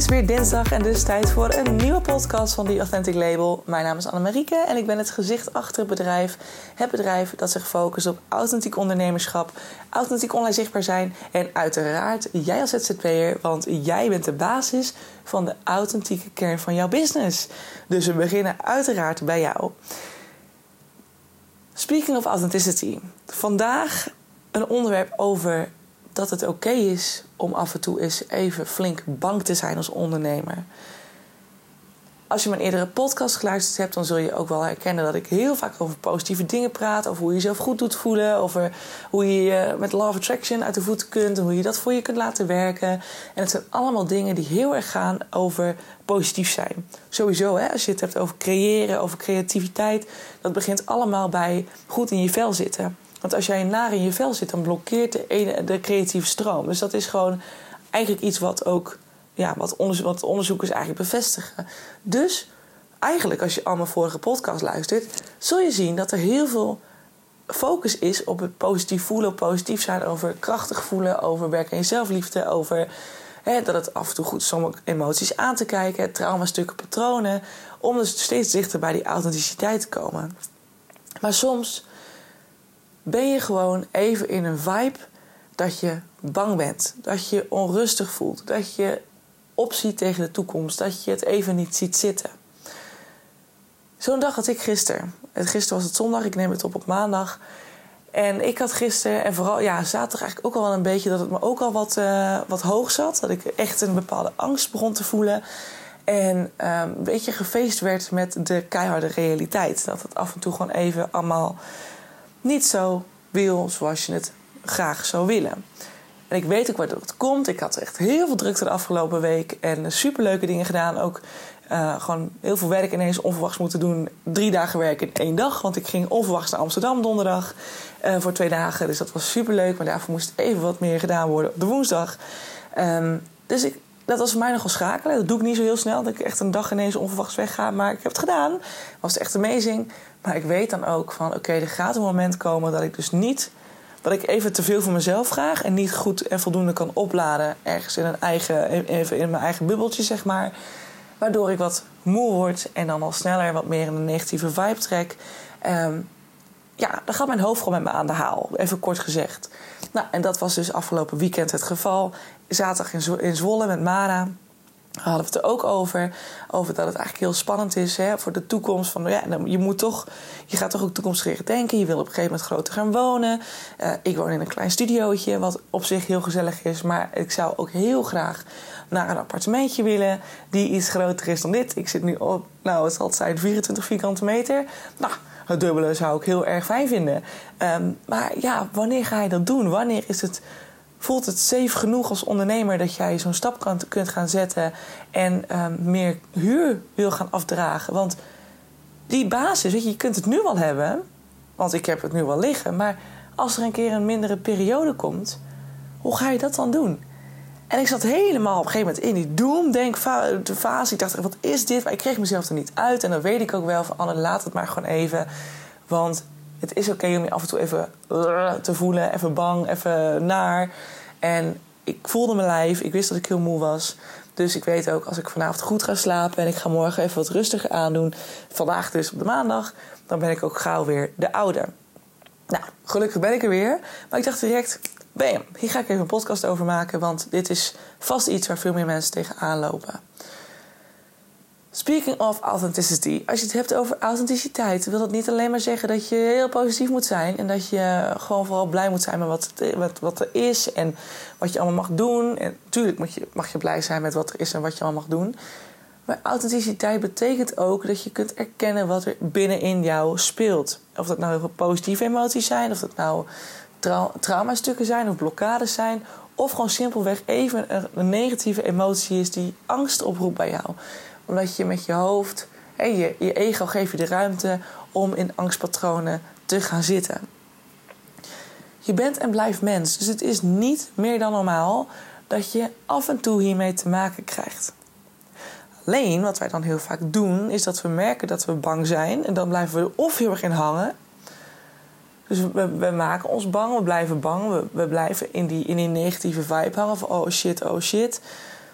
is weer dinsdag en dus tijd voor een nieuwe podcast van The Authentic Label. Mijn naam is Annemarieke en ik ben het gezicht achter het bedrijf. Het bedrijf dat zich focust op authentiek ondernemerschap, authentiek online zichtbaar zijn en uiteraard jij als ZZP'er, want jij bent de basis van de authentieke kern van jouw business. Dus we beginnen uiteraard bij jou. Speaking of authenticity. Vandaag een onderwerp over dat het oké is om af en toe eens even flink bang te zijn als ondernemer. Als je mijn eerdere podcast geluisterd hebt, dan zul je ook wel herkennen dat ik heel vaak over positieve dingen praat. Over hoe je jezelf goed doet voelen. Over hoe je je met Law of Attraction uit de voeten kunt. En hoe je dat voor je kunt laten werken. En het zijn allemaal dingen die heel erg gaan over positief zijn. Sowieso, als je het hebt over creëren, over creativiteit. Dat begint allemaal bij goed in je vel zitten. Want als jij naar in je vel zit, dan blokkeert de creatieve stroom. Dus dat is gewoon eigenlijk iets wat ook wat onderzoekers eigenlijk bevestigen. Dus eigenlijk als je al mijn vorige podcast luistert, zul je zien dat er heel veel focus is op het positief voelen, positief zijn, over krachtig voelen, over werken aan je zelfliefde, over dat het af en toe goed is om emoties aan te kijken, traumastukken, patronen, om dus steeds dichter bij die authenticiteit te komen. Maar soms ben je gewoon even in een vibe dat je bang bent, dat je onrustig voelt, dat je opziet tegen de toekomst, dat je het even niet ziet zitten. Zo'n dag had ik gisteren. Gisteren was het zondag, ik neem het op maandag. En ik had gisteren, en vooral zaterdag eigenlijk ook al wel een beetje, dat het me ook al wat hoog zat. Dat ik echt een bepaalde angst begon te voelen. En een beetje gefeest werd met de keiharde realiteit. Dat het af en toe gewoon even allemaal niet zo wil zoals je het graag zou willen. En ik weet ook waardoor het komt. Ik had echt heel veel drukte de afgelopen week. En superleuke dingen gedaan. Ook gewoon heel veel werk ineens onverwachts moeten doen. 3 dagen werken in 1 dag. Want ik ging onverwachts naar Amsterdam donderdag. Voor 2 dagen. Dus dat was superleuk. Maar daarvoor moest even wat meer gedaan worden op de woensdag. Dus dat was voor mij nogal schakelen. Dat doe ik niet zo heel snel. Dat ik echt een dag ineens onverwachts wegga. Maar ik heb het gedaan. Was echt amazing. Maar ik weet dan ook van oké, er gaat een moment komen dat ik dus niet, dat ik even te veel van mezelf vraag en niet goed en voldoende kan opladen ergens in mijn eigen bubbeltje, zeg maar. Waardoor ik wat moe word en dan al sneller wat meer in een negatieve vibe trek. Dan gaat mijn hoofd gewoon met me aan de haal. Even kort gezegd. Nou, en dat was dus afgelopen weekend het geval. Zaterdag in Zwolle met Mara hadden we het er ook over dat het eigenlijk heel spannend is voor de toekomst. Van, je gaat toch ook toekomstgericht denken. Je wil op een gegeven moment groter gaan wonen. Ik woon in een klein studiootje, wat op zich heel gezellig is. Maar ik zou ook heel graag naar een appartementje willen die iets groter is dan dit. Ik zit nu op, het zal het zijn 24 vierkante meter. Nou, het dubbele zou ik heel erg fijn vinden. Maar wanneer ga je dat doen? Wanneer voelt het safe genoeg als ondernemer dat jij zo'n stap kunt gaan zetten en meer huur wil gaan afdragen? Want die basis, je kunt het nu wel hebben, want ik heb het nu wel liggen, maar als er een keer een mindere periode komt, hoe ga je dat dan doen? En ik zat helemaal op een gegeven moment in die doemdenkfase. Ik dacht, wat is dit? Maar ik kreeg mezelf er niet uit. En dan weet ik ook wel van, Anne, laat het maar gewoon even. Want het is oké om je af en toe even te voelen. Even bang, even naar. En ik voelde mijn lijf. Ik wist dat ik heel moe was. Dus ik weet ook, als ik vanavond goed ga slapen en ik ga morgen even wat rustiger aandoen. Vandaag dus op de maandag. Dan ben ik ook gauw weer de oude. Nou, gelukkig ben ik er weer. Maar ik dacht direct, bam, hier ga ik even een podcast over maken. Want dit is vast iets waar veel meer mensen tegenaan lopen. Speaking of authenticity. Als je het hebt over authenticiteit, wil dat niet alleen maar zeggen dat je heel positief moet zijn. En dat je gewoon vooral blij moet zijn met wat er is en wat je allemaal mag doen. En natuurlijk mag je blij zijn met wat er is en wat je allemaal mag doen. Maar authenticiteit betekent ook dat je kunt erkennen wat er binnenin jou speelt. Of dat nou heel veel positieve emoties zijn, of dat nou traumastukken zijn of blokkades zijn. Of gewoon simpelweg even een negatieve emotie is die angst oproept bij jou. Omdat je met je hoofd, je ego geeft je de ruimte om in angstpatronen te gaan zitten. Je bent en blijft mens. Dus het is niet meer dan normaal dat je af en toe hiermee te maken krijgt. Alleen, wat wij dan heel vaak doen, is dat we merken dat we bang zijn. En dan blijven we er of heel erg in hangen. Dus we maken ons bang, we blijven bang. We blijven in die negatieve vibe hangen van oh shit.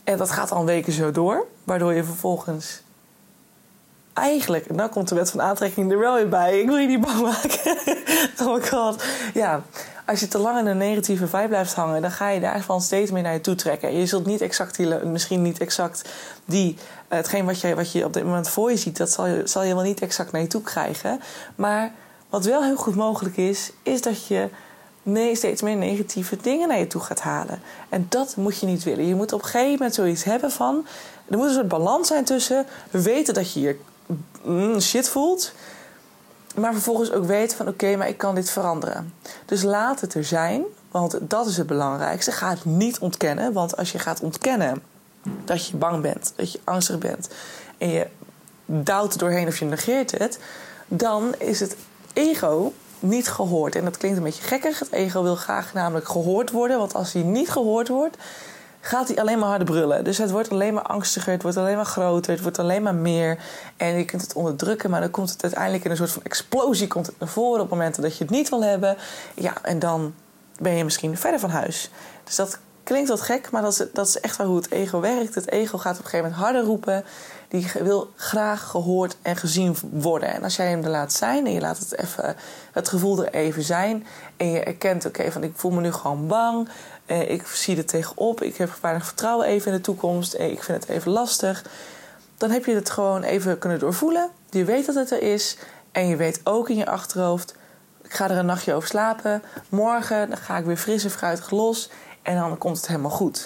En dat gaat al weken zo door. Waardoor je vervolgens eigenlijk... En dan komt de wet van aantrekking er wel weer bij. Ik wil je niet bang maken. Oh my god. Ja, als je te lang in een negatieve vibe blijft hangen... dan ga je daarvan steeds meer naar je toe trekken. Je zult niet exact misschien niet exact hetgeen wat je op dit moment voor je ziet... dat zal je wel niet exact naar je toe krijgen. Maar wat wel heel goed mogelijk is dat je... steeds meer negatieve dingen naar je toe gaat halen. En dat moet je niet willen. Je moet op een gegeven moment zoiets hebben van... Er moet een soort balans zijn tussen... weten dat je je shit voelt... maar vervolgens ook weten van... oké, maar ik kan dit veranderen. Dus laat het er zijn, want dat is het belangrijkste. Ga het niet ontkennen, want als je gaat ontkennen... dat je bang bent, dat je angstig bent... en je duwt er doorheen of je negeert het... dan is het ego... niet gehoord. En dat klinkt een beetje gekkig. Het ego wil graag namelijk gehoord worden. Want als hij niet gehoord wordt, gaat hij alleen maar harder brullen. Dus het wordt alleen maar angstiger. Het wordt alleen maar groter. Het wordt alleen maar meer. En je kunt het onderdrukken. Maar dan komt het uiteindelijk in een soort van explosie komt het naar voren. Op momenten dat je het niet wil hebben. Ja, en dan ben je misschien verder van huis. Dus dat klinkt wat gek. Maar dat is echt wel hoe het ego werkt. Het ego gaat op een gegeven moment harder roepen. Die wil graag gehoord en gezien worden. En als jij hem er laat zijn en je laat het gevoel er even zijn... en je erkent, oké, van ik voel me nu gewoon bang... ik zie er tegenop, ik heb weinig vertrouwen even in de toekomst... ik vind het even lastig... dan heb je het gewoon even kunnen doorvoelen. Je weet dat het er is en je weet ook in je achterhoofd... ik ga er een nachtje over slapen. Morgen dan ga ik weer fris en fruitig los en dan komt het helemaal goed...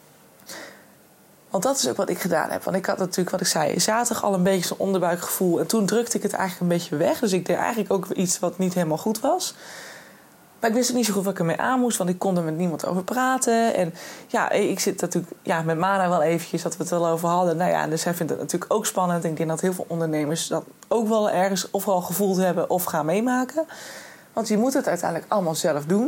Want dat is ook wat ik gedaan heb. Want ik had natuurlijk, wat ik zei, zaterdag al een beetje zo'n onderbuikgevoel. En toen drukte ik het eigenlijk een beetje weg. Dus ik deed eigenlijk ook iets wat niet helemaal goed was. Maar ik wist ook niet zo goed wat ik ermee aan moest. Want ik kon er met niemand over praten. En ja, ik zit natuurlijk met Mara wel eventjes dat we het wel over hadden. Nou ja, dus hij vindt het natuurlijk ook spannend. En ik denk dat heel veel ondernemers dat ook wel ergens of al gevoeld hebben of gaan meemaken. Want je moet het uiteindelijk allemaal zelf doen.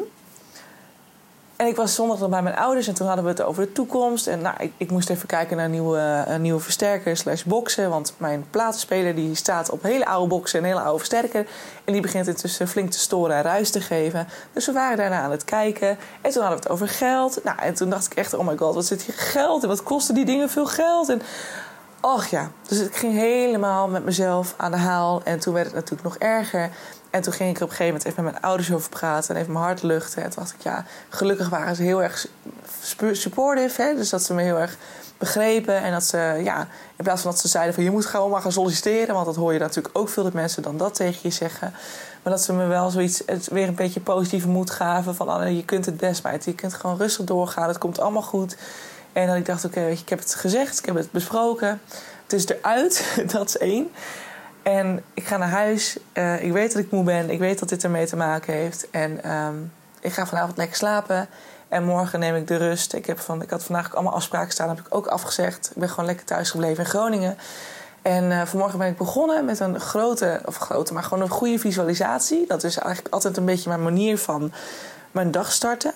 En ik was zondag nog bij mijn ouders en toen hadden we het over de toekomst. En ik moest even kijken naar een nieuwe versterker / boxen. Want mijn platenspeler die staat op hele oude boxen en een hele oude versterker. En die begint intussen flink te storen en ruis te geven. Dus we waren daarna aan het kijken. En toen hadden we het over geld. En toen dacht ik echt, oh my god, wat zit hier geld? En wat kosten die dingen veel geld? En och ja, dus ik ging helemaal met mezelf aan de haal. En toen werd het natuurlijk nog erger. En toen ging ik er op een gegeven moment even met mijn ouders over praten... en even mijn hart luchten. En toen dacht ik, gelukkig waren ze heel erg supportive. Hè? Dus dat ze me heel erg begrepen. En dat ze, in plaats van dat ze zeiden van... je moet gewoon maar gaan solliciteren. Want dat hoor je natuurlijk ook veel dat mensen dan dat tegen je zeggen. Maar dat ze me wel zoiets weer een beetje positieve moed gaven. Van, je kunt het best, meid. Je kunt gewoon rustig doorgaan. Het komt allemaal goed. En dan ik dacht, oké, ik heb het gezegd. Ik heb het besproken. Het is eruit. Dat is 1. En ik ga naar huis. Ik weet dat ik moe ben. Ik weet dat dit ermee te maken heeft. En ik ga vanavond lekker slapen. En morgen neem ik de rust. Ik had vandaag ook allemaal afspraken staan. Dat heb ik ook afgezegd. Ik ben gewoon lekker thuis gebleven in Groningen. En vanmorgen ben ik begonnen met een maar gewoon een goede visualisatie. Dat is eigenlijk altijd een beetje mijn manier van mijn dag starten.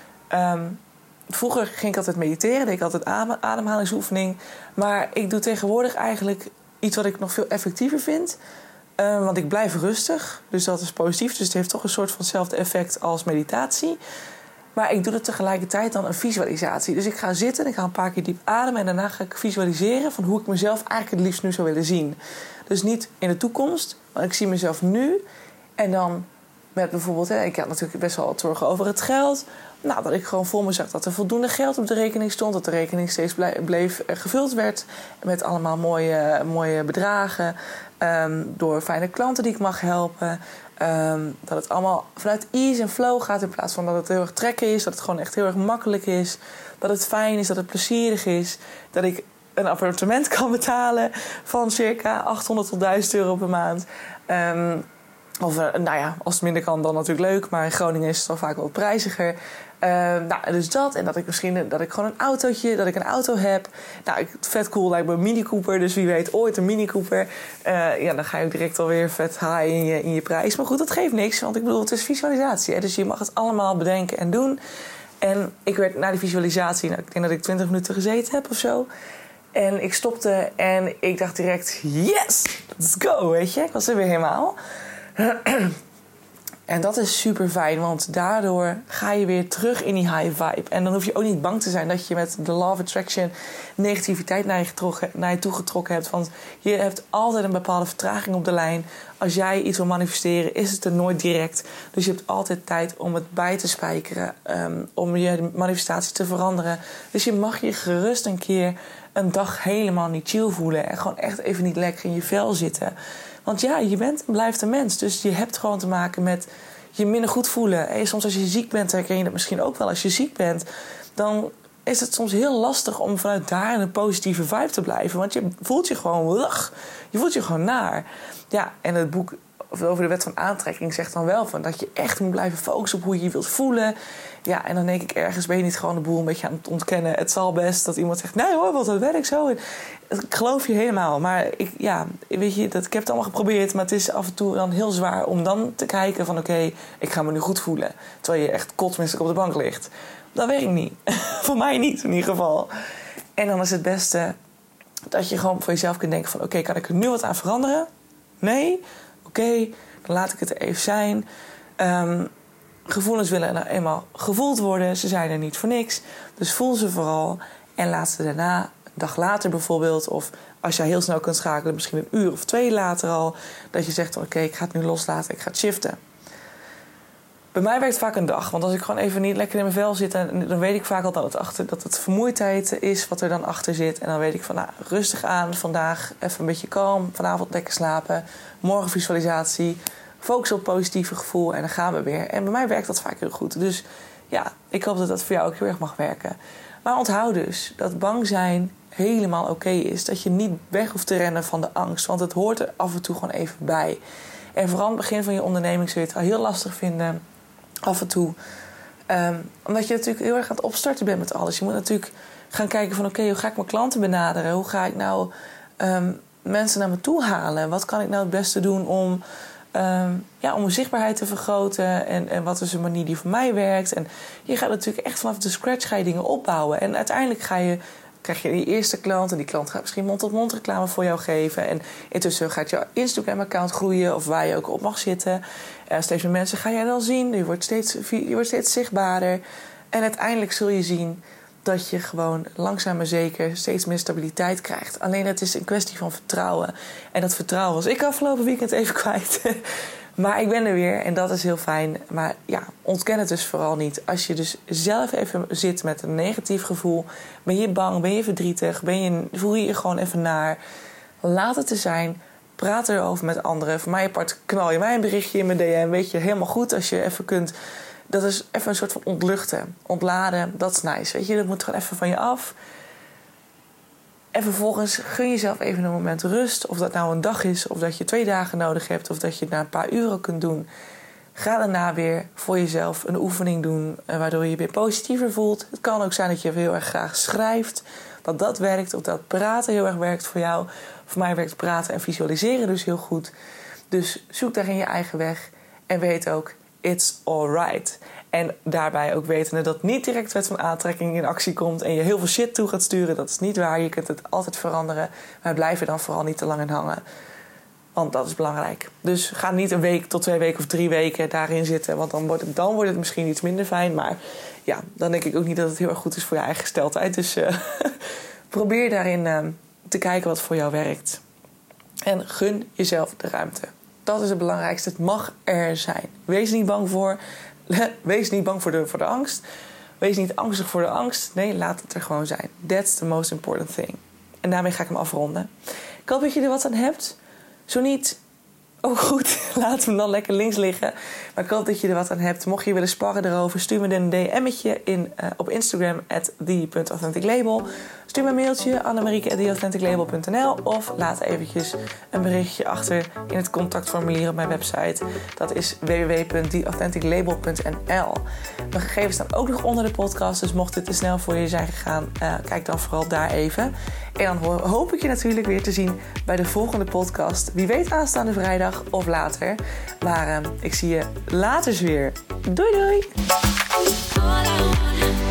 Vroeger ging ik altijd mediteren. Deed ik altijd ademhalingsoefening. Maar ik doe tegenwoordig eigenlijk iets wat ik nog veel effectiever vind. Want ik blijf rustig. Dus dat is positief. Dus het heeft toch een soort van hetzelfde effect als meditatie. Maar ik doe er tegelijkertijd dan een visualisatie. Dus ik ga zitten en ik ga een paar keer diep ademen. En daarna ga ik visualiseren van hoe ik mezelf eigenlijk het liefst nu zou willen zien. Dus niet in de toekomst. Maar ik zie mezelf nu. En dan met bijvoorbeeld... ik had natuurlijk best wel wat zorgen over het geld. Dat ik gewoon voor me zag dat er voldoende geld op de rekening stond. Dat de rekening steeds bleef gevuld werd. Met allemaal mooie bedragen. Door fijne klanten die ik mag helpen. Dat het allemaal vanuit ease en flow gaat. In plaats van dat het heel erg trekken is. Dat het gewoon echt heel erg makkelijk is. Dat het fijn is. Dat het plezierig is. Dat ik een appartement kan betalen van circa 800 tot 1000 euro per maand. Als het minder kan, dan natuurlijk leuk. Maar in Groningen is het al vaak wat prijziger. Dus dat. En dat ik gewoon een auto heb. Vet cool lijkt me een Mini Cooper. Dus wie weet ooit een Mini Cooper. Dan ga je ook direct alweer vet high in je prijs. Maar goed, dat geeft niks. Want ik bedoel, het is visualisatie. Hè? Dus je mag het allemaal bedenken en doen. En ik werd na die visualisatie... ik denk dat ik 20 minuten gezeten heb of zo. En ik stopte en ik dacht direct... Yes! Let's go, weet je. Ik was er weer helemaal... En dat is super fijn, want daardoor ga je weer terug in die high vibe. En dan hoef je ook niet bang te zijn dat je met de law of attraction negativiteit naar je toe getrokken hebt. Want je hebt altijd een bepaalde vertraging op de lijn. Als jij iets wil manifesteren, is het er nooit direct. Dus je hebt altijd tijd om het bij te spijkeren, om je manifestatie te veranderen. Dus je mag je gerust een keer een dag helemaal niet chill voelen en gewoon echt even niet lekker in je vel zitten. Want ja, je bent en blijft een mens. Dus je hebt gewoon te maken met je minder goed voelen. En soms als je ziek bent, herken je dat misschien ook wel. Als je ziek bent, dan is het soms heel lastig om vanuit daar in een positieve vibe te blijven. Want je voelt je gewoon je voelt je gewoon naar. Ja, en het boek over de wet van aantrekking zegt dan wel van dat je echt moet blijven focussen op hoe je je wilt voelen. Ja, en dan denk ik ergens ben je niet gewoon de boel een beetje aan het ontkennen. Het zal best dat iemand zegt, nee hoor, want dat werkt zo. En ik geloof je helemaal. Maar ik heb het allemaal geprobeerd. Maar het is af en toe dan heel zwaar om dan te kijken van oké, ik ga me nu goed voelen. Terwijl je echt kotsmisselijk op de bank ligt. Dat werkt niet. Voor mij niet in ieder geval. En dan is het beste dat je gewoon voor jezelf kunt denken van oké, kan ik er nu wat aan veranderen? Nee? Oké, dan laat ik het er even zijn. Gevoelens willen nou eenmaal gevoeld worden. Ze zijn er niet voor niks. Dus voel ze vooral. En laat ze daarna, een dag later bijvoorbeeld, of als je heel snel kunt schakelen, misschien een uur of 2 later al, dat je zegt oké, ik ga het nu loslaten, ik ga het shiften. Bij mij werkt het vaak een dag. Want als ik gewoon even niet lekker in mijn vel zit, dan weet ik vaak al dat het vermoeidheid is wat er dan achter zit. En dan weet ik van rustig aan, vandaag even een beetje kalm, vanavond lekker slapen, morgen visualisatie, focus op positieve gevoel en dan gaan we weer. En bij mij werkt dat vaak heel goed. Dus ja, ik hoop dat dat voor jou ook heel erg mag werken. Maar onthoud dus dat bang zijn helemaal oké is. Dat je niet weg hoeft te rennen van de angst. Want het hoort er af en toe gewoon even bij. En vooral aan het begin van je onderneming zul je het al heel lastig vinden. Af en toe. Omdat je natuurlijk heel erg aan het opstarten bent met alles. Je moet natuurlijk gaan kijken van oké, hoe ga ik mijn klanten benaderen? Hoe ga ik nou mensen naar me toe halen? Wat kan ik nou het beste doen om mijn zichtbaarheid te vergroten? En wat is een manier die voor mij werkt? En je gaat natuurlijk echt vanaf de scratch ga je dingen opbouwen. En uiteindelijk krijg je die eerste klant. En die klant gaat misschien mond-tot-mond reclame voor jou geven. En intussen gaat jouw Instagram-account groeien. Of waar je ook op mag zitten. Steeds meer mensen ga jij dan zien. Je wordt steeds zichtbaarder. En uiteindelijk zul je zien dat je gewoon langzaam maar zeker steeds meer stabiliteit krijgt. Alleen het is een kwestie van vertrouwen. En dat vertrouwen was ik afgelopen weekend even kwijt. Maar ik ben er weer en dat is heel fijn. Maar ja, ontken het dus vooral niet. Als je dus zelf even zit met een negatief gevoel, ben je bang, ben je verdrietig, voel je je gewoon even naar. Laat het er zijn. Praat erover met anderen. Voor mij apart knal je mij een berichtje in mijn DM. Weet je, helemaal goed als je even kunt. Dat is even een soort van ontluchten, ontladen. Dat is nice, weet je. Dat moet gewoon even van je af. En vervolgens gun jezelf even een moment rust. Of dat nou een dag is, of dat je 2 dagen nodig hebt, of dat je het na een paar uren kunt doen. Ga daarna weer voor jezelf een oefening doen, waardoor je je weer positiever voelt. Het kan ook zijn dat je heel erg graag schrijft, dat werkt, of dat praten heel erg werkt voor jou. Voor mij werkt praten en visualiseren dus heel goed. Dus zoek daarin je eigen weg en weet ook, it's alright. En daarbij ook wetende dat niet direct de wet van aantrekking in actie komt en je heel veel shit toe gaat sturen. Dat is niet waar. Je kunt het altijd veranderen. Maar blijf er dan vooral niet te lang in hangen. Want dat is belangrijk. Dus ga niet 1 week tot 2 weken of 3 weken daarin zitten. Want dan wordt het misschien iets minder fijn. Maar ja, dan denk ik ook niet dat het heel erg goed is voor je eigen gesteldheid. Dus probeer daarin te kijken wat voor jou werkt. En gun jezelf de ruimte. Dat is het belangrijkste. Het mag er zijn. Wees niet bang voor de angst. Wees niet angstig voor de angst. Nee, laat het er gewoon zijn. That's the most important thing. En daarmee ga ik hem afronden. Ik hoop dat je er wat aan hebt. Zo niet, ook goed. Laat hem dan lekker links liggen. Maar ik hoop dat je er wat aan hebt. Mocht je willen sparren erover, stuur me een DM'tje op Instagram @the.authenticlabel. Stuur me een mailtje annemarieke@theauthenticlabel.nl of laat eventjes een berichtje achter in het contactformulier op mijn website. Dat is www.theauthenticlabel.nl. Mijn gegevens staan ook nog onder de podcast, dus mocht het te snel voor je zijn gegaan, kijk dan vooral daar even. En dan hoop ik je natuurlijk weer te zien bij de volgende podcast. Wie weet aanstaande vrijdag of later. Maar ik zie je later weer. Doei doei!